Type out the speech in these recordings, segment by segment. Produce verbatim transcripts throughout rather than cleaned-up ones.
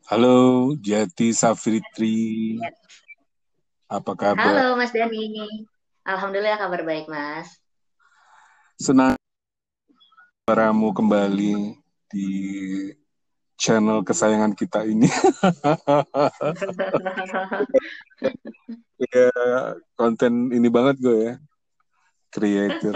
Halo, Jati Safitri, Ya. apa kabar? Halo Mas Dani. Alhamdulillah kabar baik Mas. Senang bertemu kembali di channel kesayangan kita ini. Ya, konten ini banget gue ya, creator.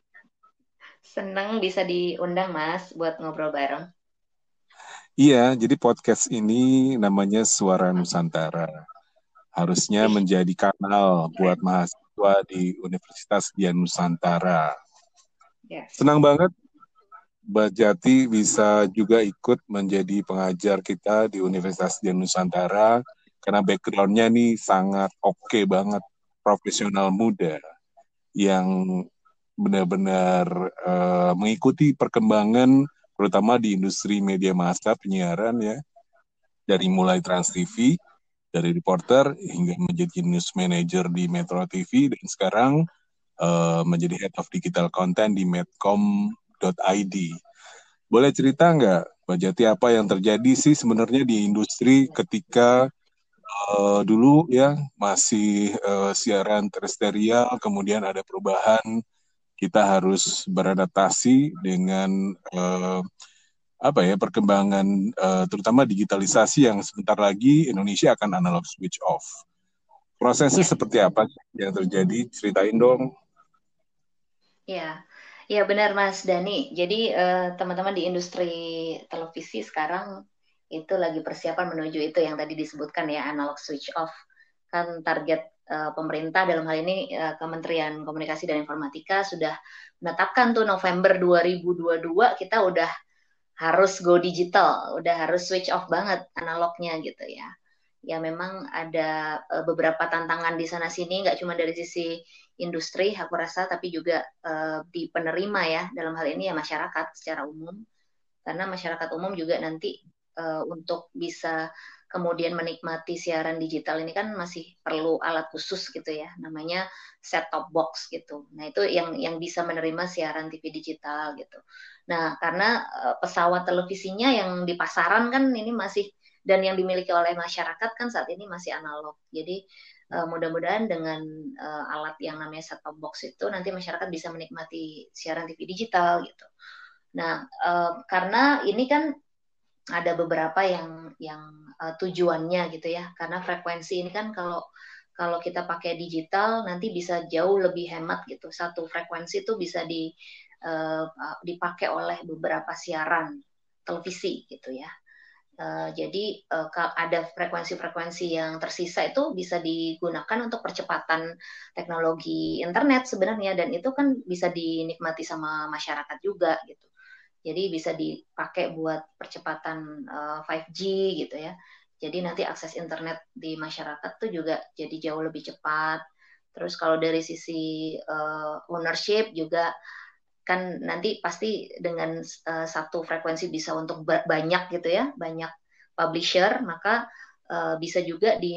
Seneng bisa diundang Mas buat ngobrol bareng. Iya, jadi podcast ini namanya Suara Nusantara. Harusnya Wih, menjadi kanal buat keren. mahasiswa di Universitas Dian Nusantara. Yes. Senang banget Mbak Jati bisa juga ikut menjadi pengajar kita di Universitas Dian Nusantara karena background-nya nih sangat oke banget, profesional muda yang benar-benar eh, mengikuti perkembangan terutama di industri media massa penyiaran ya, dari mulai Trans T V, dari reporter hingga menjadi news manager di Metro T V dan sekarang eh, menjadi head of digital content di medcom dot i d. Boleh cerita nggak, Mbak Jati, apa yang terjadi sih sebenarnya di industri ketika eh, dulu ya masih eh, siaran terestrial, kemudian ada perubahan, kita harus beradaptasi dengan eh, apa ya perkembangan eh, terutama digitalisasi yang sebentar lagi Indonesia akan analog switch off. Prosesnya Ya, seperti apa sih yang terjadi? Ceritain dong. ya, ya benar Mas Dani. Jadi eh, teman-teman di industri televisi sekarang itu lagi persiapan menuju itu yang tadi disebutkan ya analog switch off. Kan target eh, pemerintah dalam hal ini eh, Kementerian Komunikasi dan Informatika sudah menetapkan tuh November dua ribu dua puluh dua kita udah harus go digital, udah harus switch off banget analognya gitu ya. Ya memang ada uh, beberapa tantangan di sana sini, nggak cuma dari sisi industri, aku rasa, tapi juga uh, di penerima ya, dalam hal ini ya masyarakat secara umum. Karena masyarakat umum juga nanti uh, untuk bisa kemudian menikmati siaran digital ini kan masih perlu alat khusus gitu ya, namanya set top box gitu. Nah itu yang yang bisa menerima siaran T V digital gitu. Nah karena uh, pesawat televisinya yang di pasaran kan ini masih dan yang dimiliki oleh masyarakat kan saat ini masih analog. Jadi uh, mudah-mudahan dengan uh, alat yang namanya set top box itu nanti masyarakat bisa menikmati siaran T V digital gitu. Nah, uh, karena ini kan ada beberapa yang yang uh, tujuannya gitu ya. Karena frekuensi ini kan kalau kalau kita pakai digital nanti bisa jauh lebih hemat gitu. Satu frekuensi itu bisa di uh, dipakai oleh beberapa siaran televisi gitu ya. Uh, jadi uh, ada frekuensi-frekuensi yang tersisa itu bisa digunakan untuk percepatan teknologi internet sebenarnya dan itu kan bisa dinikmati sama masyarakat juga gitu. Jadi bisa dipakai buat percepatan uh, lima G gitu ya. Jadi nanti akses internet di masyarakat tuh juga jadi jauh lebih cepat. Terus kalau dari sisi uh, ownership juga kan nanti pasti dengan uh, satu frekuensi bisa untuk banyak gitu ya, banyak publisher, maka uh, bisa juga di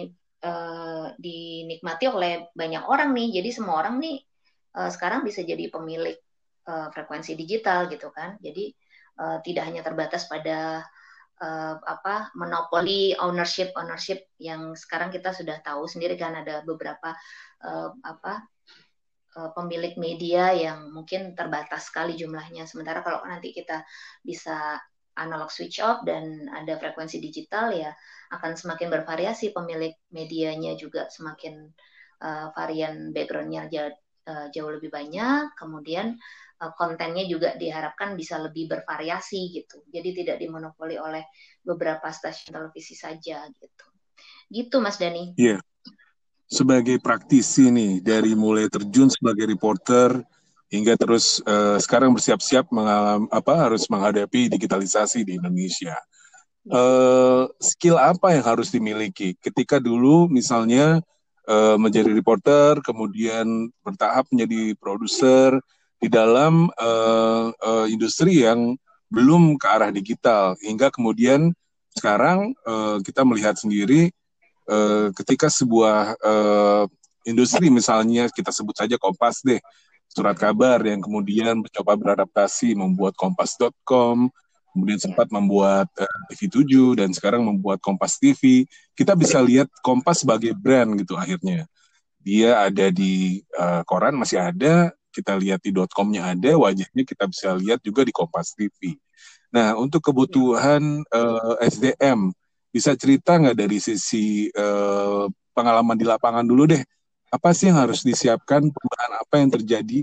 uh, dinikmati oleh banyak orang nih. Jadi semua orang nih uh, sekarang bisa jadi pemilik uh, frekuensi digital gitu kan. Jadi uh, tidak hanya terbatas pada uh, apa monopoli ownership ownership yang sekarang kita sudah tahu sendiri kan ada beberapa uh, apa uh, pemilik media yang mungkin terbatas sekali jumlahnya. Sementara kalau nanti kita bisa analog switch off dan ada frekuensi digital ya akan semakin bervariasi pemilik medianya juga semakin uh, varian backgroundnya jauh, uh, jauh lebih banyak. Kemudian uh, kontennya juga diharapkan bisa lebih bervariasi gitu. Jadi tidak dimonopoli oleh beberapa stasiun televisi saja gitu. Gitu Mas Dani. Iya, yeah. Sebagai praktisi nih, dari mulai terjun sebagai reporter hingga terus uh, sekarang bersiap-siap mengalam, apa harus menghadapi digitalisasi di Indonesia. Ya. Uh, skill apa yang harus dimiliki ketika dulu misalnya uh, menjadi reporter, kemudian bertahap menjadi produser di dalam uh, uh, industri yang belum ke arah digital, hingga kemudian sekarang uh, kita melihat sendiri eh, ketika sebuah eh, industri misalnya kita sebut saja Kompas deh, surat kabar yang kemudian mencoba beradaptasi membuat kompas dot com, kemudian sempat membuat uh, T V tujuh, dan sekarang membuat Kompas T V. Kita bisa lihat Kompas sebagai brand gitu akhirnya. Dia ada di uh, koran masih ada, kita lihat di .com-nya ada, wajahnya kita bisa lihat juga di Kompas T V. Nah, untuk kebutuhan uh, S D M, bisa cerita nggak dari sisi uh, pengalaman di lapangan dulu deh? Apa sih yang harus disiapkan, perubahan apa yang terjadi?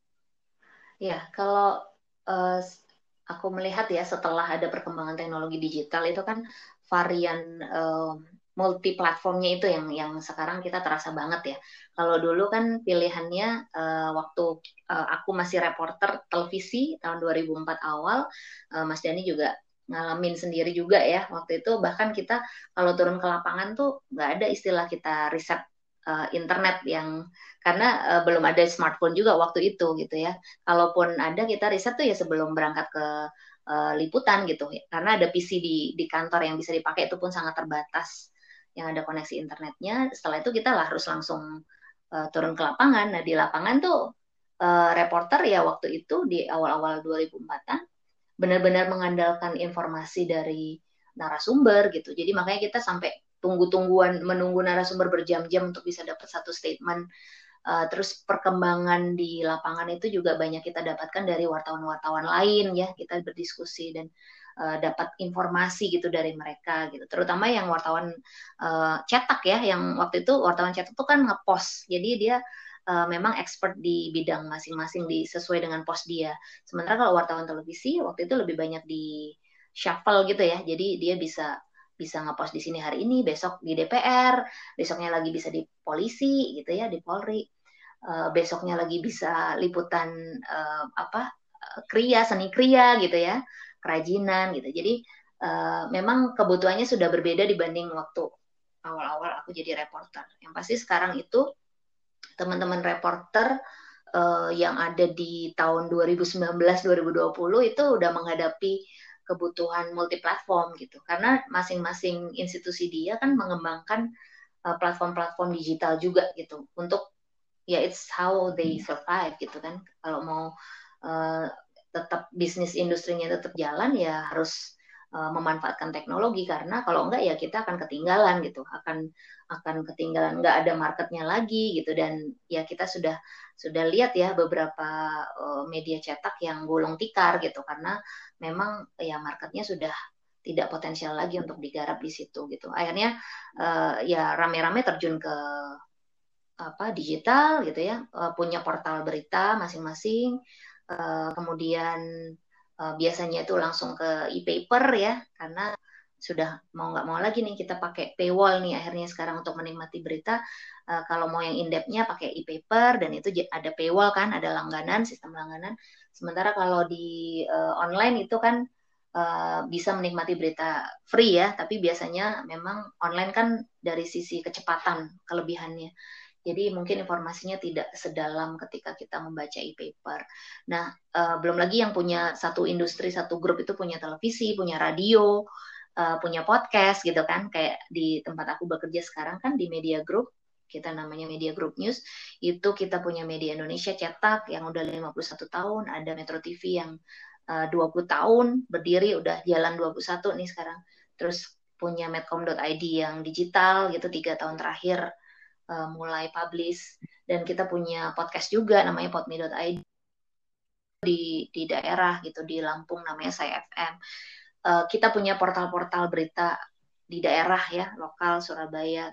Ya, kalau uh, aku melihat ya setelah ada perkembangan teknologi digital itu kan varian uh, multi platformnya itu yang yang sekarang kita terasa banget ya. Kalau dulu kan pilihannya uh, waktu uh, aku masih reporter televisi tahun dua ribu empat awal, uh, Mas Dani juga ngalamin sendiri juga ya waktu itu, bahkan kita kalau turun ke lapangan tuh nggak ada istilah kita riset uh, internet yang karena uh, belum ada smartphone juga waktu itu gitu ya. Kalaupun ada kita riset tuh ya sebelum berangkat ke uh, liputan gitu ya. Karena ada P C di di kantor yang bisa dipakai itu pun sangat terbatas yang ada koneksi internetnya. Setelah itu kita lah harus langsung uh, turun ke lapangan. Nah di lapangan tuh uh, reporter ya waktu itu di awal-awal dua ribu empat-an benar-benar mengandalkan informasi dari narasumber gitu. Jadi makanya kita sampai tunggu-tungguan menunggu narasumber berjam-jam untuk bisa dapat satu statement. Uh, terus perkembangan di lapangan itu juga banyak kita dapatkan dari wartawan-wartawan lain ya, kita berdiskusi dan uh, dapat informasi gitu dari mereka gitu, terutama yang wartawan uh, cetak ya, yang waktu itu wartawan cetak itu kan ngepost, jadi dia uh, memang expert di bidang masing-masing di sesuai dengan post dia. Sementara kalau wartawan televisi waktu itu lebih banyak di shuffle gitu ya, jadi dia bisa bisa ngepost di sini hari ini, besok di D P R, besoknya lagi bisa di polisi gitu ya, di Polri, uh, besoknya lagi bisa liputan uh, apa kriya, seni kriya gitu ya, kerajinan gitu. Jadi uh, memang kebutuhannya sudah berbeda dibanding waktu awal-awal aku jadi reporter. Yang pasti sekarang itu teman-teman reporter uh, yang ada di tahun dua ribu sembilan belas dua ribu dua puluh itu udah menghadapi kebutuhan multi platform gitu, karena masing-masing institusi dia kan mengembangkan uh, platform-platform digital juga gitu untuk ya it's how they survive gitu kan. Kalau mau uh, tetap bisnis industrinya tetap jalan ya harus uh, memanfaatkan teknologi, karena kalau enggak ya kita akan ketinggalan gitu, akan akan ketinggalan, nggak ada marketnya lagi gitu. Dan ya kita sudah sudah lihat ya beberapa uh, media cetak yang gulung tikar gitu, karena memang ya marketnya sudah tidak potensial lagi untuk digarap di situ gitu. Akhirnya uh, ya rame-rame terjun ke apa digital gitu ya, uh, punya portal berita masing-masing, uh, kemudian uh, biasanya itu langsung ke e-paper ya, karena sudah mau nggak mau lagi nih kita pakai paywall nih akhirnya sekarang untuk menikmati berita. Uh, kalau mau yang in-depth-nya pakai e-paper dan itu ada paywall kan, ada langganan, sistem langganan. Sementara kalau di uh, online itu kan uh, bisa menikmati berita free ya, tapi biasanya memang online kan dari sisi kecepatan kelebihannya. Jadi mungkin informasinya tidak sedalam ketika kita membaca e-paper. Nah, uh, belum lagi yang punya satu industri, satu grup itu punya televisi, punya radio, uh, punya podcast gitu kan. Kayak di tempat aku bekerja sekarang kan di Media Group, kita namanya Media Group News, itu kita punya Media Indonesia cetak yang udah lima puluh satu tahun, ada Metro T V yang uh, dua puluh tahun berdiri, udah jalan dua puluh satu nih sekarang. Terus punya medcom dot i d yang digital gitu, tiga tahun terakhir Uh, mulai publish, dan kita punya podcast juga namanya podme dot i d di di daerah gitu, di Lampung namanya Saya F M. Uh, kita punya portal-portal berita di daerah ya, lokal Surabaya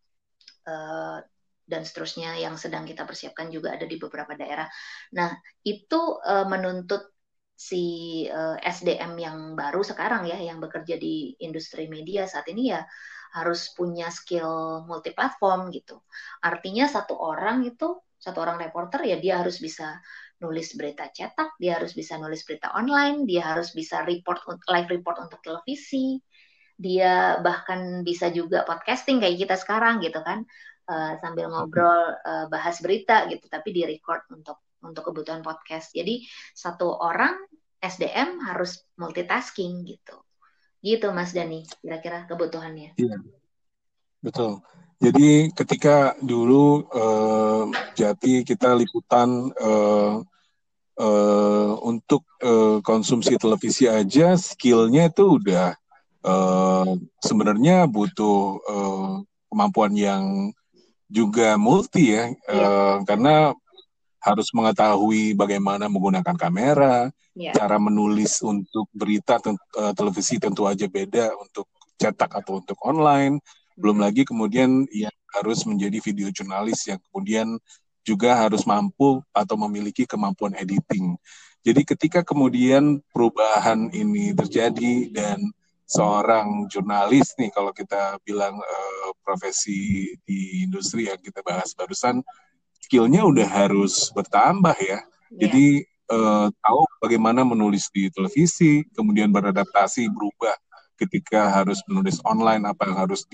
uh, dan seterusnya yang sedang kita persiapkan juga ada di beberapa daerah. Nah, itu uh, menuntut si uh, S D M yang baru sekarang ya, yang bekerja di industri media saat ini ya harus punya skill multi platform gitu. Artinya satu orang itu, satu orang reporter ya dia harus bisa nulis berita cetak, dia harus bisa nulis berita online, dia harus bisa report live report untuk televisi, dia bahkan bisa juga podcasting kayak kita sekarang gitu kan, uh, sambil ngobrol uh, bahas berita gitu, tapi di record untuk untuk kebutuhan podcast. Jadi satu orang S D M harus multitasking gitu. Gitu Mas Dani, kira-kira kebutuhannya. Iya, betul. Jadi ketika dulu eh, Jati kita liputan eh, uh, untuk uh, konsumsi televisi aja skillnya itu udah uh, sebenarnya butuh uh, kemampuan yang juga multi ya, Iya, uh, karena harus mengetahui bagaimana menggunakan kamera, iya. cara menulis untuk berita tent- uh, televisi tentu aja beda untuk cetak atau untuk online. Belum Mhm. lagi kemudian yang harus menjadi video jurnalis yang kemudian juga harus mampu atau memiliki kemampuan editing. Jadi ketika kemudian perubahan ini terjadi dan seorang jurnalis nih kalau kita bilang uh, profesi di industri yang kita bahas barusan skillnya udah harus bertambah ya. Iya, Jadi eh, tahu bagaimana menulis di televisi, kemudian beradaptasi berubah ketika harus menulis online apa yang harus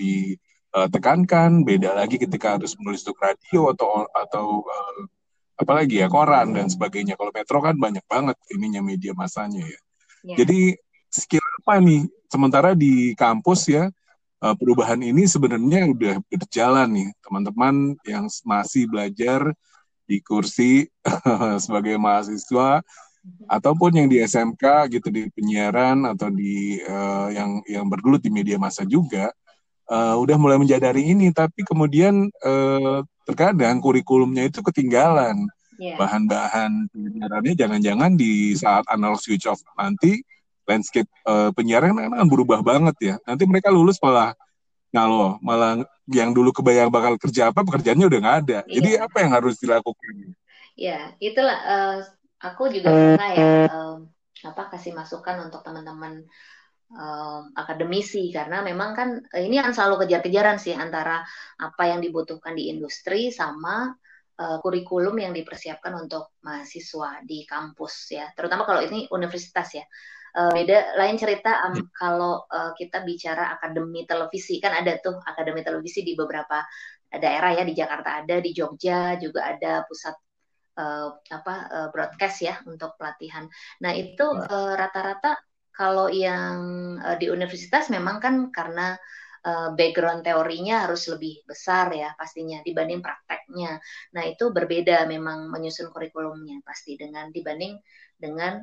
ditekankan, beda lagi ketika harus menulis untuk radio atau atau eh, apalagi ya koran dan sebagainya. Kalau Metro kan banyak banget ininya media masanya ya. iya, Jadi skill apa nih? Sementara di kampus ya eh, perubahan ini sebenarnya udah berjalan nih teman-teman yang masih belajar di kursi sebagai mahasiswa Mhm. ataupun yang di S M K gitu di penyiaran atau di uh, yang yang bergelut di media massa juga uh, udah mulai menjadari ini tapi kemudian uh, terkadang kurikulumnya itu ketinggalan iya, bahan-bahan penyiarannya jangan-jangan di saat analog switch off nanti landscape uh, penyiaran kan akan berubah banget ya nanti mereka lulus malah ngaloh malah yang dulu kebayang bakal kerja apa pekerjaannya udah nggak ada jadi iya, apa yang harus dilakukan. iya. Itulah eh, aku juga pernah ya em, apa kasih masukan untuk teman-teman em, akademisi karena memang kan eh, ini kan selalu kejar-kejaran sih antara apa yang dibutuhkan di industri sama eh, kurikulum yang dipersiapkan untuk mahasiswa di kampus ya. Terutama kalau ini universitas ya. Eh, beda lain cerita um, kalau uh, kita bicara akademi televisi kan ada tuh akademi televisi di beberapa daerah ya di Jakarta ada di Jogja juga ada pusat uh, apa uh, broadcast ya untuk pelatihan. Nah itu uh, rata-rata kalau yang uh, di universitas memang kan karena uh, background teorinya harus lebih besar ya pastinya dibanding prakteknya. Nah itu berbeda memang menyusun kurikulumnya pasti dengan dibanding dengan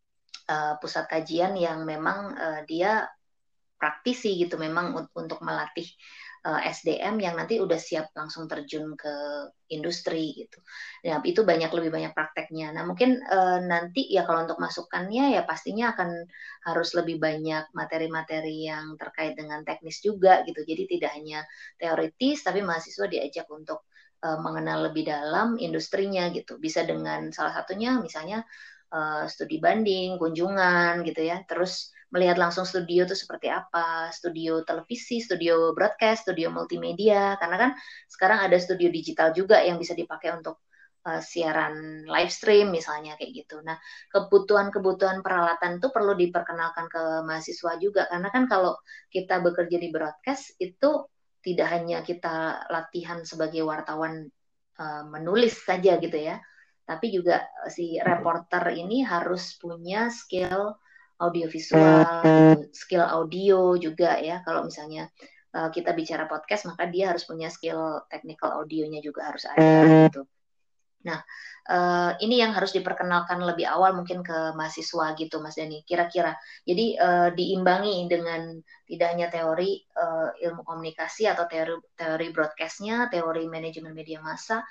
uh, pusat kajian yang memang uh, dia praktisi gitu memang untuk melatih uh, S D M yang nanti udah siap langsung terjun ke industri gitu. Nah, itu banyak lebih banyak prakteknya. Nah, mungkin uh, nanti ya kalau untuk masukannya ya pastinya akan harus lebih banyak materi-materi yang terkait dengan teknis juga gitu. Jadi tidak hanya teoritis tapi mahasiswa diajak untuk uh, mengenal lebih dalam industrinya gitu. Bisa dengan salah satunya misalnya uh, studi banding, kunjungan gitu ya. Terus melihat langsung studio itu seperti apa, studio televisi, studio broadcast, studio multimedia, karena kan sekarang ada studio digital juga yang bisa dipakai untuk uh, siaran live stream misalnya kayak gitu. Nah, kebutuhan-kebutuhan peralatan itu perlu diperkenalkan ke mahasiswa juga, karena kan kalau kita bekerja di broadcast itu tidak hanya kita latihan sebagai wartawan uh, menulis saja gitu ya, tapi juga si reporter ini harus punya skill audiovisual, gitu. Skill audio juga ya. Kalau misalnya uh, kita bicara podcast, maka dia harus punya skill technical audionya juga harus ada gitu. Nah, uh, ini yang harus diperkenalkan lebih awal mungkin ke mahasiswa gitu, Mas Dani. Kira-kira. Jadi uh, diimbangi dengan tidak hanya teori uh, ilmu komunikasi atau teori teori broadcastnya, teori manajemen media massa,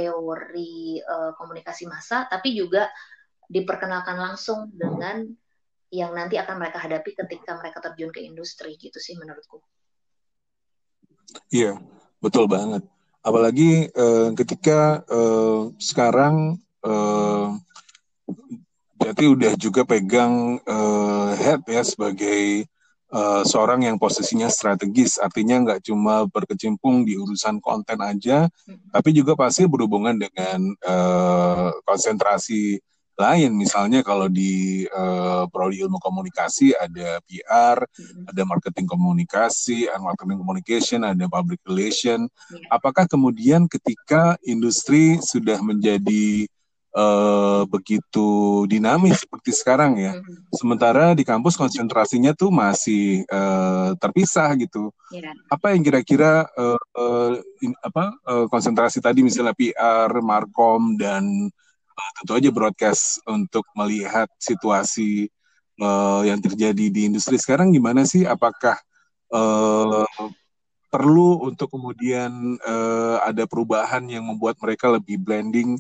teori uh, komunikasi massa, tapi juga diperkenalkan langsung dengan yang nanti akan mereka hadapi ketika mereka terjun ke industri gitu sih menurutku. Iya, betul banget. Apalagi eh, ketika eh, sekarang eh, berarti udah juga pegang eh, head ya sebagai eh, seorang yang posisinya strategis, artinya nggak cuma berkecimpung di urusan konten aja, tapi juga pasti berhubungan dengan eh, konsentrasi lain. Misalnya kalau di eh, prodi ilmu komunikasi ada P R, ada marketing komunikasi, ada marketing communication, ada public relation. Apakah kemudian ketika industri sudah menjadi uh, begitu dinamis seperti sekarang ya. Sementara di kampus konsentrasinya tuh masih uh, terpisah gitu. Yeah. Apa yang kira-kira uh, uh, in, apa uh, konsentrasi tadi misalnya P R, Markom dan uh, tentu aja broadcast untuk melihat situasi uh, yang terjadi di industri sekarang gimana sih? Apakah uh, perlu untuk kemudian uh, ada perubahan yang membuat mereka lebih blending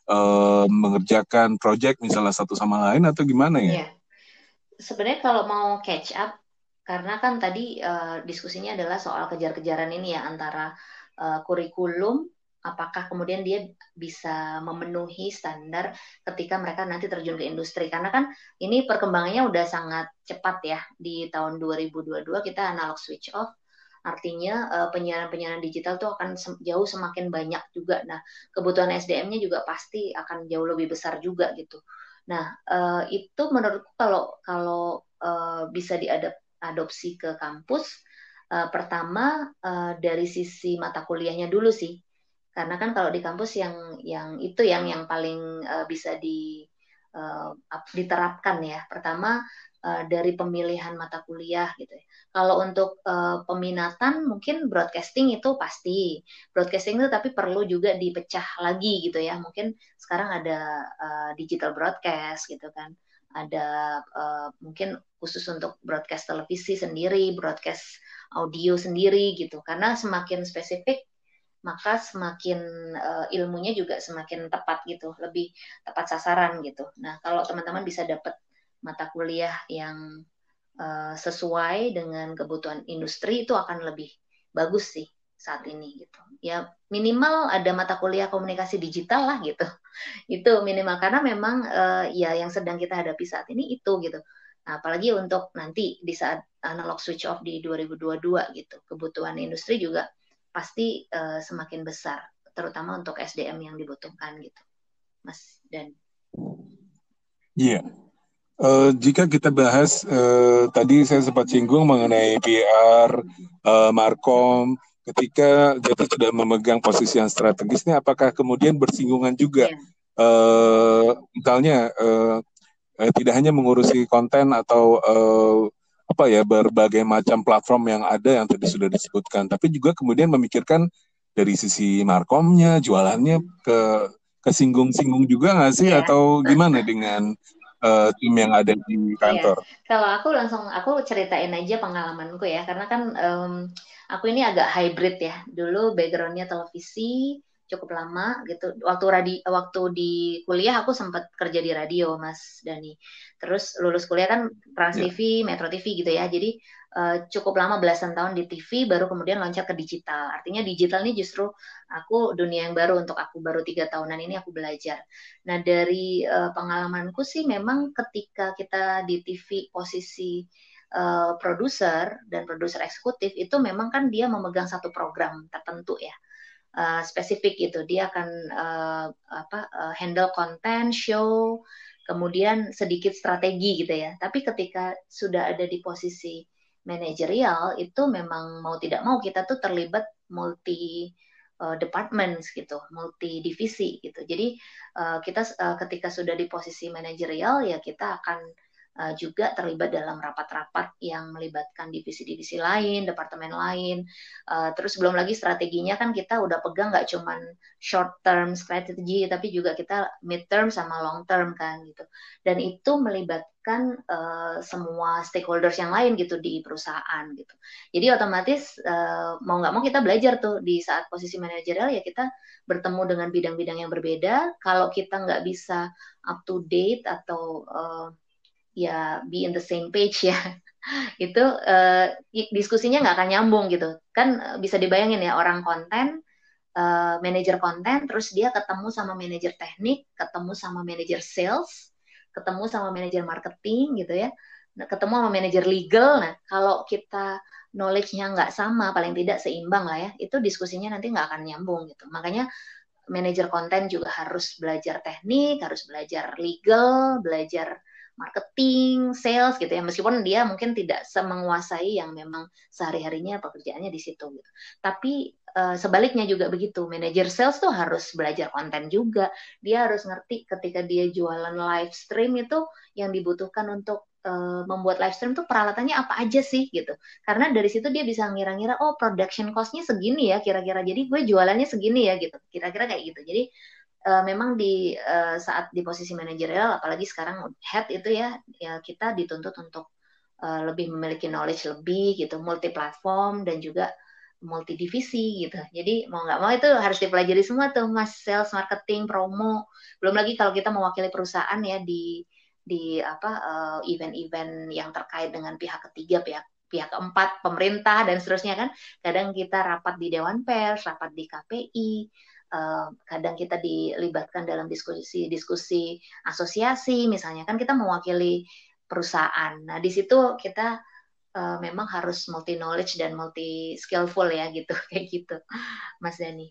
uh, mengerjakan project misalnya satu sama lain atau gimana ya? Iya. Sebenarnya kalau mau catch up, karena kan tadi uh, diskusinya adalah soal kejar-kejaran ini ya antara uh, kurikulum, apakah kemudian dia bisa memenuhi standar ketika mereka nanti terjun ke industri. Karena kan ini perkembangannya udah sangat cepat ya. Di tahun dua ribu dua puluh dua kita analog switch off, artinya uh, penyiaran-penyiaran digital tuh akan sem- jauh semakin banyak juga. Nah, kebutuhan S D M-nya juga pasti akan jauh lebih besar juga gitu. Nah, uh, itu menurutku kalau kalau uh, bisa diadopsi ke kampus, uh, pertama uh, dari sisi mata kuliahnya dulu sih, karena kan kalau di kampus yang yang itu yang yang paling uh, bisa di uh, diterapkan ya. Pertama uh, dari pemilihan mata kuliah gitu ya. Kalau untuk uh, peminatan mungkin broadcasting itu pasti broadcasting itu tapi perlu juga dipecah lagi gitu ya. Mungkin sekarang ada uh, digital broadcast gitu kan. Ada uh, mungkin khusus untuk broadcast televisi sendiri, broadcast audio sendiri gitu. Karena semakin spesifik maka semakin uh, ilmunya juga semakin tepat gitu, lebih tepat sasaran gitu. Nah, kalau teman-teman bisa dapat mata kuliah yang uh, sesuai dengan kebutuhan industri itu akan lebih bagus sih saat ini gitu. Ya minimal ada mata kuliah komunikasi digital lah gitu. Itu minimal karena memang uh, ya yang sedang kita hadapi saat ini itu gitu. Nah, apalagi untuk nanti di saat analog switch off di dua ribu dua puluh dua gitu. Kebutuhan industri juga pasti uh, semakin besar, terutama untuk S D M yang dibutuhkan gitu, Mas Dan. Iya. Yeah. Uh, jika kita bahas uh, tadi saya sempat singgung mengenai P R, uh, Markom, ketika Jati sudah memegang posisi yang strategis ini, apakah kemudian bersinggungan juga, yeah. uh, misalnya uh, uh, tidak hanya mengurusi konten atau uh, apa ya berbagai macam platform yang ada yang tadi sudah disebutkan, tapi juga kemudian memikirkan dari sisi Markomnya, jualannya ke kesinggung-singgung juga nggak sih, yeah. Atau gimana dengan uh, tim yang ada di kantor? Iya, kalau aku langsung aku ceritain aja pengalamanku ya, karena kan um, aku ini agak hybrid ya. Dulu backgroundnya televisi cukup lama gitu. Waktu radi, waktu di kuliah aku sempat kerja di radio, Mas Dani. Terus lulus kuliah kan Trans yeah. T V, Metro T V gitu ya. Jadi uh, cukup lama belasan tahun di T V, baru kemudian loncat ke digital. Artinya digital ini justru aku dunia yang baru untuk aku, baru tiga tahunan ini aku belajar. Nah dari uh, pengalamanku sih memang ketika kita di T V posisi uh, produser dan produser eksekutif itu memang kan dia memegang satu program tertentu ya. Uh, spesifik gitu, dia akan uh, apa uh, handle konten, show, kemudian sedikit strategi gitu ya. Tapi ketika sudah ada di posisi manajerial itu memang mau tidak mau kita tuh terlibat multi uh, departments gitu, multi divisi gitu. Jadi uh, kita uh, ketika sudah di posisi manajerial ya kita akan uh, juga terlibat dalam rapat-rapat yang melibatkan divisi-divisi lain, departemen lain. Uh, terus belum lagi strateginya kan kita udah pegang nggak cuman short term strategy, tapi juga kita mid term sama long term kan gitu. Dan itu melibatkan uh, semua stakeholders yang lain gitu di perusahaan gitu. Jadi otomatis uh, mau nggak mau kita belajar tuh di saat posisi manajerial ya kita bertemu dengan bidang-bidang yang berbeda. Kalau kita nggak bisa up to date atau uh, ya be in the same page ya itu uh, diskusinya nggak akan nyambung gitu kan. Bisa dibayangin ya orang konten uh, manajer konten terus dia ketemu sama manajer teknik, ketemu sama manajer sales, ketemu sama manajer marketing gitu ya, nah, ketemu sama manajer legal. Nah kalau kita knowledge-nya nggak sama, paling tidak seimbang lah ya, itu diskusinya nanti nggak akan nyambung gitu. Makanya manajer konten juga harus belajar teknik, harus belajar legal, belajar marketing, sales gitu ya, meskipun dia mungkin tidak semenguasai yang memang sehari-harinya pekerjaannya di situ gitu. Tapi uh, sebaliknya juga begitu, manajer sales tuh harus belajar konten juga. Dia harus ngerti ketika dia jualan live stream itu yang dibutuhkan untuk uh, membuat live stream tuh peralatannya apa aja sih gitu. Karena dari situ dia bisa ngira-ngira, oh production cost-nya segini ya kira-kira, jadi gue jualannya segini ya gitu. Kira-kira kayak gitu. Jadi uh, memang di uh, saat di posisi manajerial, apalagi sekarang head itu ya, ya kita dituntut untuk uh, lebih memiliki knowledge lebih gitu, multi platform dan juga multi divisi gitu. Jadi mau nggak mau itu harus dipelajari semua tuh, mas, sales, marketing, promo. Belum lagi kalau kita mewakili perusahaan ya di di apa uh, event-event yang terkait dengan pihak ketiga, pihak pihak keempat, pemerintah dan seterusnya kan. Kadang kita rapat di Dewan Pers, rapat di K P I, uh, kadang kita dilibatkan dalam diskusi-diskusi asosiasi, misalnya kan kita mewakili perusahaan. Nah di situ kita uh, memang harus multi knowledge dan multi skillful ya gitu kayak gitu, Mas Dani.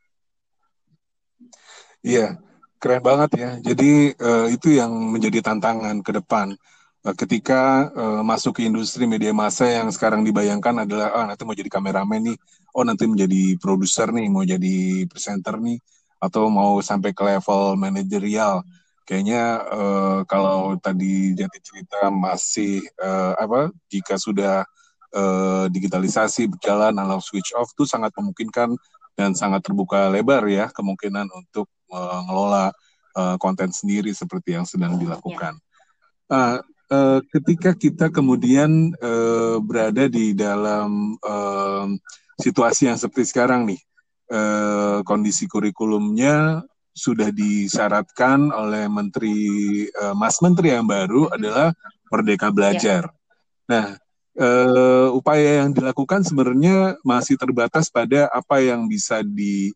Iya, keren banget ya. Jadi uh, itu yang menjadi tantangan ke depan. Uh, ketika uh, masuk ke industri media massa yang sekarang dibayangkan adalah, ah nanti mau jadi kameramen nih, oh nanti menjadi produser nih, mau jadi presenter nih, atau mau sampai ke level manajerial. Kayaknya uh, kalau tadi Jati cerita masih uh, apa, jika sudah uh, digitalisasi berjalan analog switch off, itu sangat memungkinkan dan sangat terbuka lebar ya kemungkinan untuk mengelola uh, konten sendiri seperti yang sedang dilakukan. Ya. Uh, uh, ketika kita kemudian uh, berada di dalam uh, situasi yang seperti sekarang nih, uh, kondisi kurikulumnya sudah disyaratkan oleh Menteri uh, Mas Menteri yang baru mm-hmm. adalah Merdeka Belajar. Ya. Nah, uh, upaya yang dilakukan sebenarnya masih terbatas pada apa yang bisa di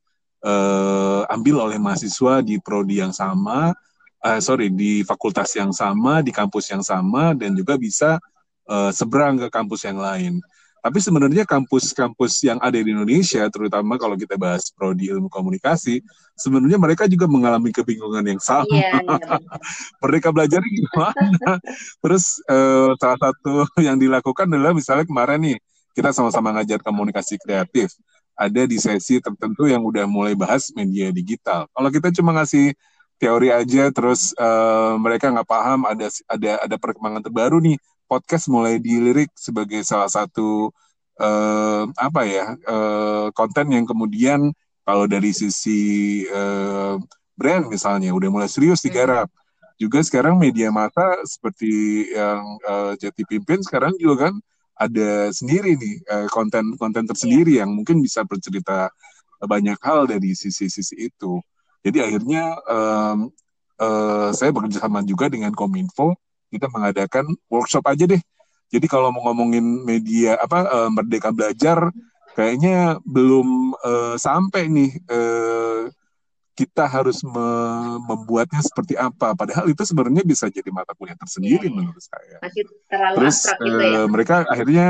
Uh, ambil oleh mahasiswa di prodi yang sama, uh, sorry di fakultas yang sama, di kampus yang sama, dan juga bisa uh, seberang ke kampus yang lain. Tapi sebenarnya kampus-kampus yang ada di Indonesia, terutama kalau kita bahas prodi ilmu komunikasi, sebenarnya mereka juga mengalami kebingungan yang sama. Yeah, yeah. Merdeka belajar gimana? Terus uh, salah satu yang dilakukan adalah misalnya kemarin nih kita sama-sama ngajar komunikasi kreatif. Ada di sesi tertentu yang udah mulai bahas media digital. Kalau kita cuma ngasih teori aja, terus uh, mereka nggak paham, ada ada ada perkembangan terbaru nih, podcast mulai dilirik sebagai salah satu uh, apa ya uh, konten yang kemudian kalau dari sisi uh, brand misalnya udah mulai serius digarap. Juga sekarang media massa seperti yang uh, Jati pimpin sekarang juga kan ada sendiri nih konten-konten tersendiri yeah. yang mungkin bisa bercerita banyak hal dari sisi-sisi itu. Jadi akhirnya um, uh, saya bekerja sama juga dengan Kominfo, kita mengadakan workshop aja deh. Jadi kalau mau ngomongin media apa uh, Merdeka Belajar, kayaknya belum uh, sampai nih. Uh, kita harus me- membuatnya seperti apa. Padahal itu sebenarnya bisa jadi mata kuliah tersendiri yeah, menurut saya. Masih terlalu Terus gitu uh, ya. mereka akhirnya,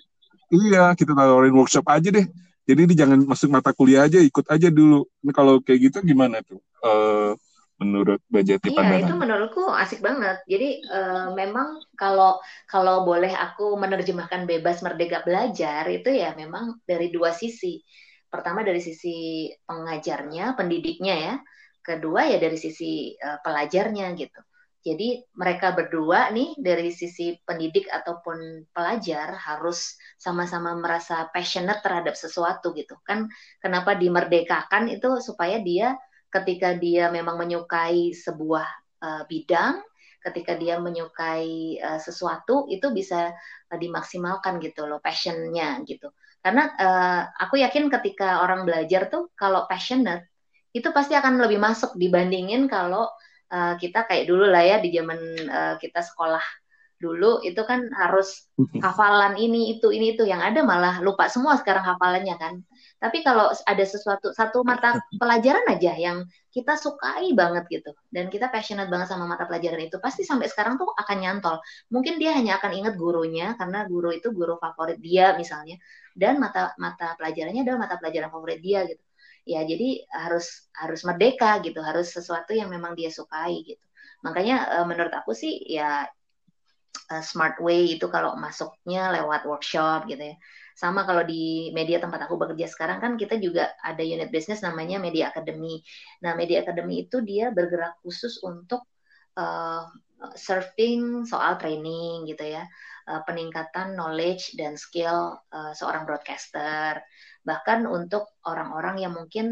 iya kita tawarin workshop aja deh. Jadi ini jangan masuk mata kuliah aja, ikut aja dulu. Ini kalau kayak gitu gimana tuh? Uh, menurut Mbak Jati Iya, pandangan? itu menurutku asik banget. Jadi uh, memang kalau kalau boleh aku menerjemahkan bebas merdeka belajar itu ya memang dari dua sisi. Pertama dari sisi pengajarnya, pendidiknya ya. Kedua ya dari sisi uh, pelajarnya gitu. Jadi mereka berdua nih dari sisi pendidik ataupun pelajar harus sama-sama merasa passionate terhadap sesuatu gitu. Kan kenapa dimerdekakan itu supaya dia ketika dia memang menyukai sebuah uh, bidang, ketika dia menyukai uh, sesuatu itu bisa uh, dimaksimalkan gitu loh passionnya gitu. Karena uh, aku yakin ketika orang belajar tuh kalau passionate itu pasti akan lebih masuk dibandingin kalau uh, kita kayak dulu lah ya di zaman uh, kita sekolah dulu itu kan harus hafalan ini itu ini itu yang ada malah lupa semua sekarang hafalannya kan. Tapi kalau ada sesuatu satu mata pelajaran aja yang kita sukai banget gitu dan kita passionate banget sama mata pelajaran itu pasti sampai sekarang tuh akan nyantol. Mungkin dia hanya akan ingat gurunya karena guru itu guru favorit dia misalnya dan mata mata pelajarannya adalah mata pelajaran favorit dia gitu. Ya jadi harus harus merdeka gitu, harus sesuatu yang memang dia sukai gitu. Makanya menurut aku sih ya Uh, smart way itu kalau masuknya lewat workshop gitu ya. Sama kalau di media tempat aku bekerja sekarang kan kita juga ada unit bisnis namanya Media Academy. Nah, Media Academy itu dia bergerak khusus untuk uh, surfing soal training gitu ya. Uh, peningkatan knowledge dan skill uh, seorang broadcaster. Bahkan untuk orang-orang yang mungkin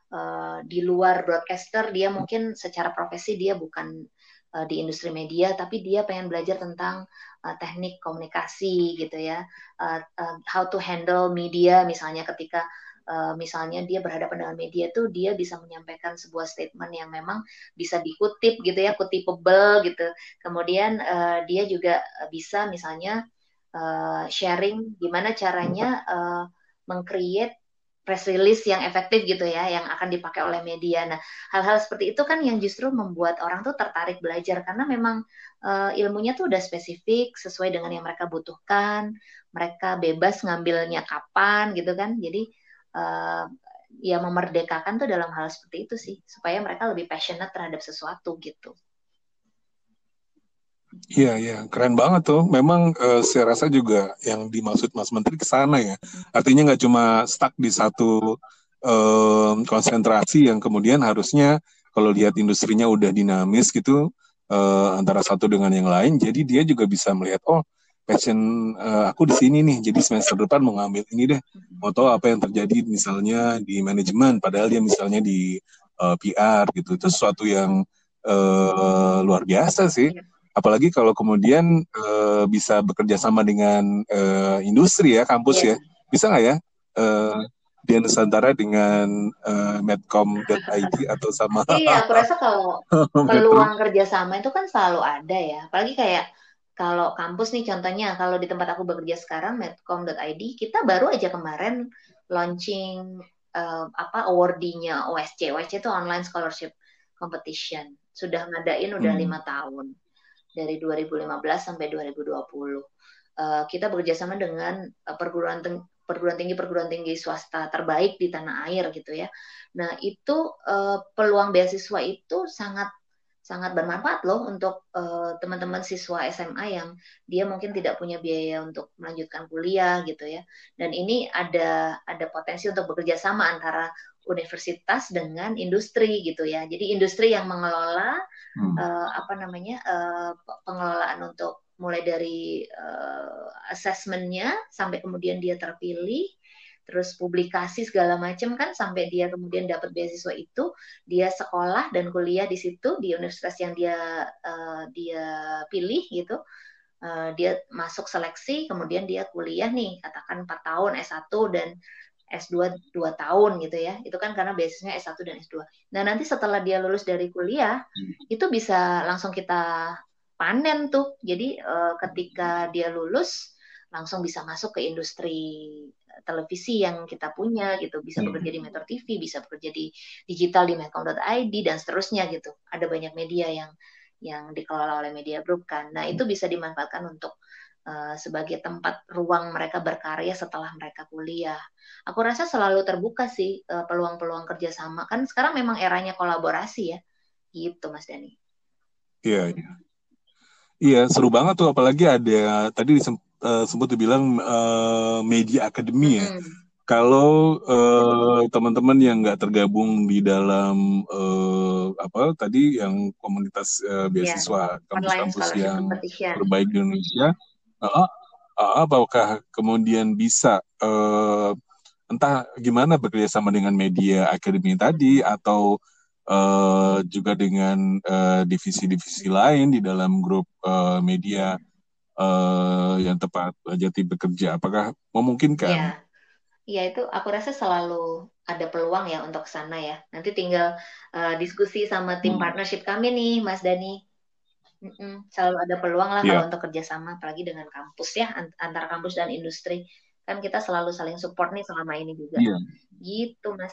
uh, di luar broadcaster, dia mungkin secara profesi dia bukan uh, di industri media, tapi dia pengen belajar tentang uh, teknik komunikasi gitu ya, uh, uh, how to handle media misalnya ketika uh, misalnya dia berhadapan dengan media tuh dia bisa menyampaikan sebuah statement yang memang bisa dikutip gitu ya, kutipable gitu. Kemudian uh, dia juga bisa misalnya uh, sharing gimana caranya uh, meng-create press release yang efektif gitu ya, yang akan dipakai oleh media. Nah, hal-hal seperti itu kan yang justru membuat orang tuh tertarik belajar karena memang uh, ilmunya tuh udah spesifik sesuai dengan yang mereka butuhkan. Mereka bebas ngambilnya kapan gitu kan. Jadi uh, ya memerdekakan tuh dalam hal seperti itu sih, supaya mereka lebih passionate terhadap sesuatu gitu. Iya, iya, keren banget tuh. Memang uh, saya rasa juga yang dimaksud Mas Menteri ke sana ya. Artinya nggak cuma stuck di satu um, konsentrasi yang kemudian harusnya kalau lihat industrinya udah dinamis gitu uh, antara satu dengan yang lain, jadi dia juga bisa melihat oh passion uh, aku di sini nih. Jadi semester depan mau ngambil ini deh. Mau tahu apa yang terjadi misalnya di manajemen, padahal dia misalnya di uh, P R gitu. Itu sesuatu yang uh, luar biasa sih. Apalagi kalau kemudian uh, bisa bekerja sama dengan uh, industri ya, kampus yeah. ya. Bisa nggak ya uh, di Nusantara dengan uh, medcom dot i d atau sama iya, aku rasa kalau peluang kerjasama itu kan selalu ada ya. Apalagi kayak kalau kampus nih contohnya, kalau di tempat aku bekerja sekarang, medcom dot i d, kita baru aja kemarin launching uh, apa awardee-nya O S C. O S C itu Online Scholarship Competition. Sudah ngadain udah lima hmm. tahun. Dari dua ribu lima belas sampai dua ribu dua puluh. Uh, kita bekerjasama dengan uh, perguruan tinggi perguruan tinggi perguruan tinggi swasta terbaik di tanah air gitu ya. Nah itu uh, peluang beasiswa itu sangat sangat bermanfaat loh untuk uh, teman-teman siswa S M A yang dia mungkin tidak punya biaya untuk melanjutkan kuliah gitu ya. Dan ini ada ada potensi untuk bekerja sama antara universitas dengan industri gitu ya. Jadi industri yang mengelola hmm. uh, apa namanya uh, pengelolaan untuk mulai dari uh, assessment-nya sampai kemudian dia terpilih, terus publikasi segala macam kan sampai dia kemudian dapat beasiswa itu, dia sekolah dan kuliah di situ di universitas yang dia uh, dia pilih gitu. Uh, dia masuk seleksi, kemudian dia kuliah nih, katakan empat tahun S satu dan S dua dua tahun gitu ya. Itu kan karena beasiswanya S satu dan S dua. Nah, nanti setelah dia lulus dari kuliah, hmm. itu bisa langsung kita panen tuh. Jadi uh, ketika dia lulus langsung bisa masuk ke industri televisi yang kita punya gitu, bisa bekerja di Metro T V, bisa bekerja di digital di medcom dot i d dan seterusnya gitu. Ada banyak media yang yang dikelola oleh Media Group kan. Nah, itu bisa dimanfaatkan untuk uh, sebagai tempat ruang mereka berkarya setelah mereka kuliah. Aku rasa selalu terbuka sih uh, peluang-peluang kerjasama. Kan sekarang memang eranya kolaborasi ya. Gitu Mas Dani. Iya, iya. Iya, seru banget tuh, apalagi ada tadi uh, sempat dibilang uh, media akademi ya. Mm-hmm. Kalau uh, teman-teman yang nggak tergabung di dalam uh, apa tadi yang komunitas uh, beasiswa yeah. kampus-kampus yang terbaik di Indonesia, uh, uh, apakah kemudian bisa uh, entah gimana bekerja sama dengan media akademi tadi atau Uh, juga dengan uh, divisi-divisi lain di dalam grup uh, media uh, yang tepat Jati bekerja, apakah memungkinkan? Iya, ya, itu aku rasa selalu ada peluang ya untuk sana ya. Nanti tinggal uh, diskusi sama tim hmm. partnership kami nih, Mas Dani. Mm-mm. Selalu ada peluang lah yeah. kalau untuk kerjasama, apalagi dengan kampus ya, antara kampus dan industri. Kan kita selalu saling support nih selama ini juga. Yeah. Gitu, Mas.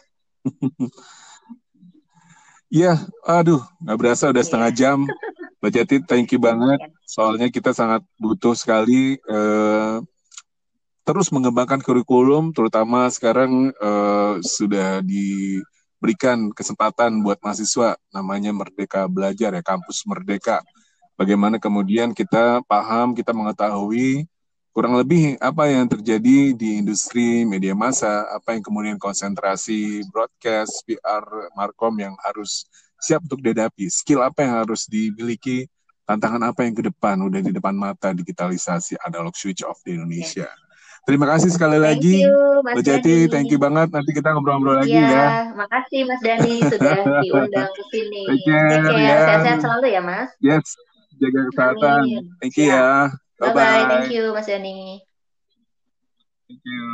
Iya, aduh, nggak berasa udah setengah yeah. jam. Mbak Jati, thank you banget. Soalnya kita sangat butuh sekali eh, terus mengembangkan kurikulum, terutama sekarang eh, sudah diberikan kesempatan buat mahasiswa, namanya Merdeka Belajar ya, Kampus Merdeka. Bagaimana kemudian kita paham, kita mengetahui kurang lebih apa yang terjadi di industri media massa, apa yang kemudian konsentrasi broadcast, P R, markom yang harus siap untuk dihadapi, skill apa yang harus dimiliki, tantangan apa yang ke depan, udah di depan mata digitalisasi analog switch off di Indonesia. Terima kasih sekali Thank lagi. you, Mas Mbak Jati, Dani. thank you banget. Nanti kita ngobrol-ngobrol lagi Ya, ya. makasih Mas Dani sudah diundang ke sini. Take Take care care, ya. sehat-sehat selalu ya Mas. Yes, jaga kesehatan. Amin. Thank you Siap. ya. Bye-bye, thank Bye-bye. you Mas Dani. Thank you.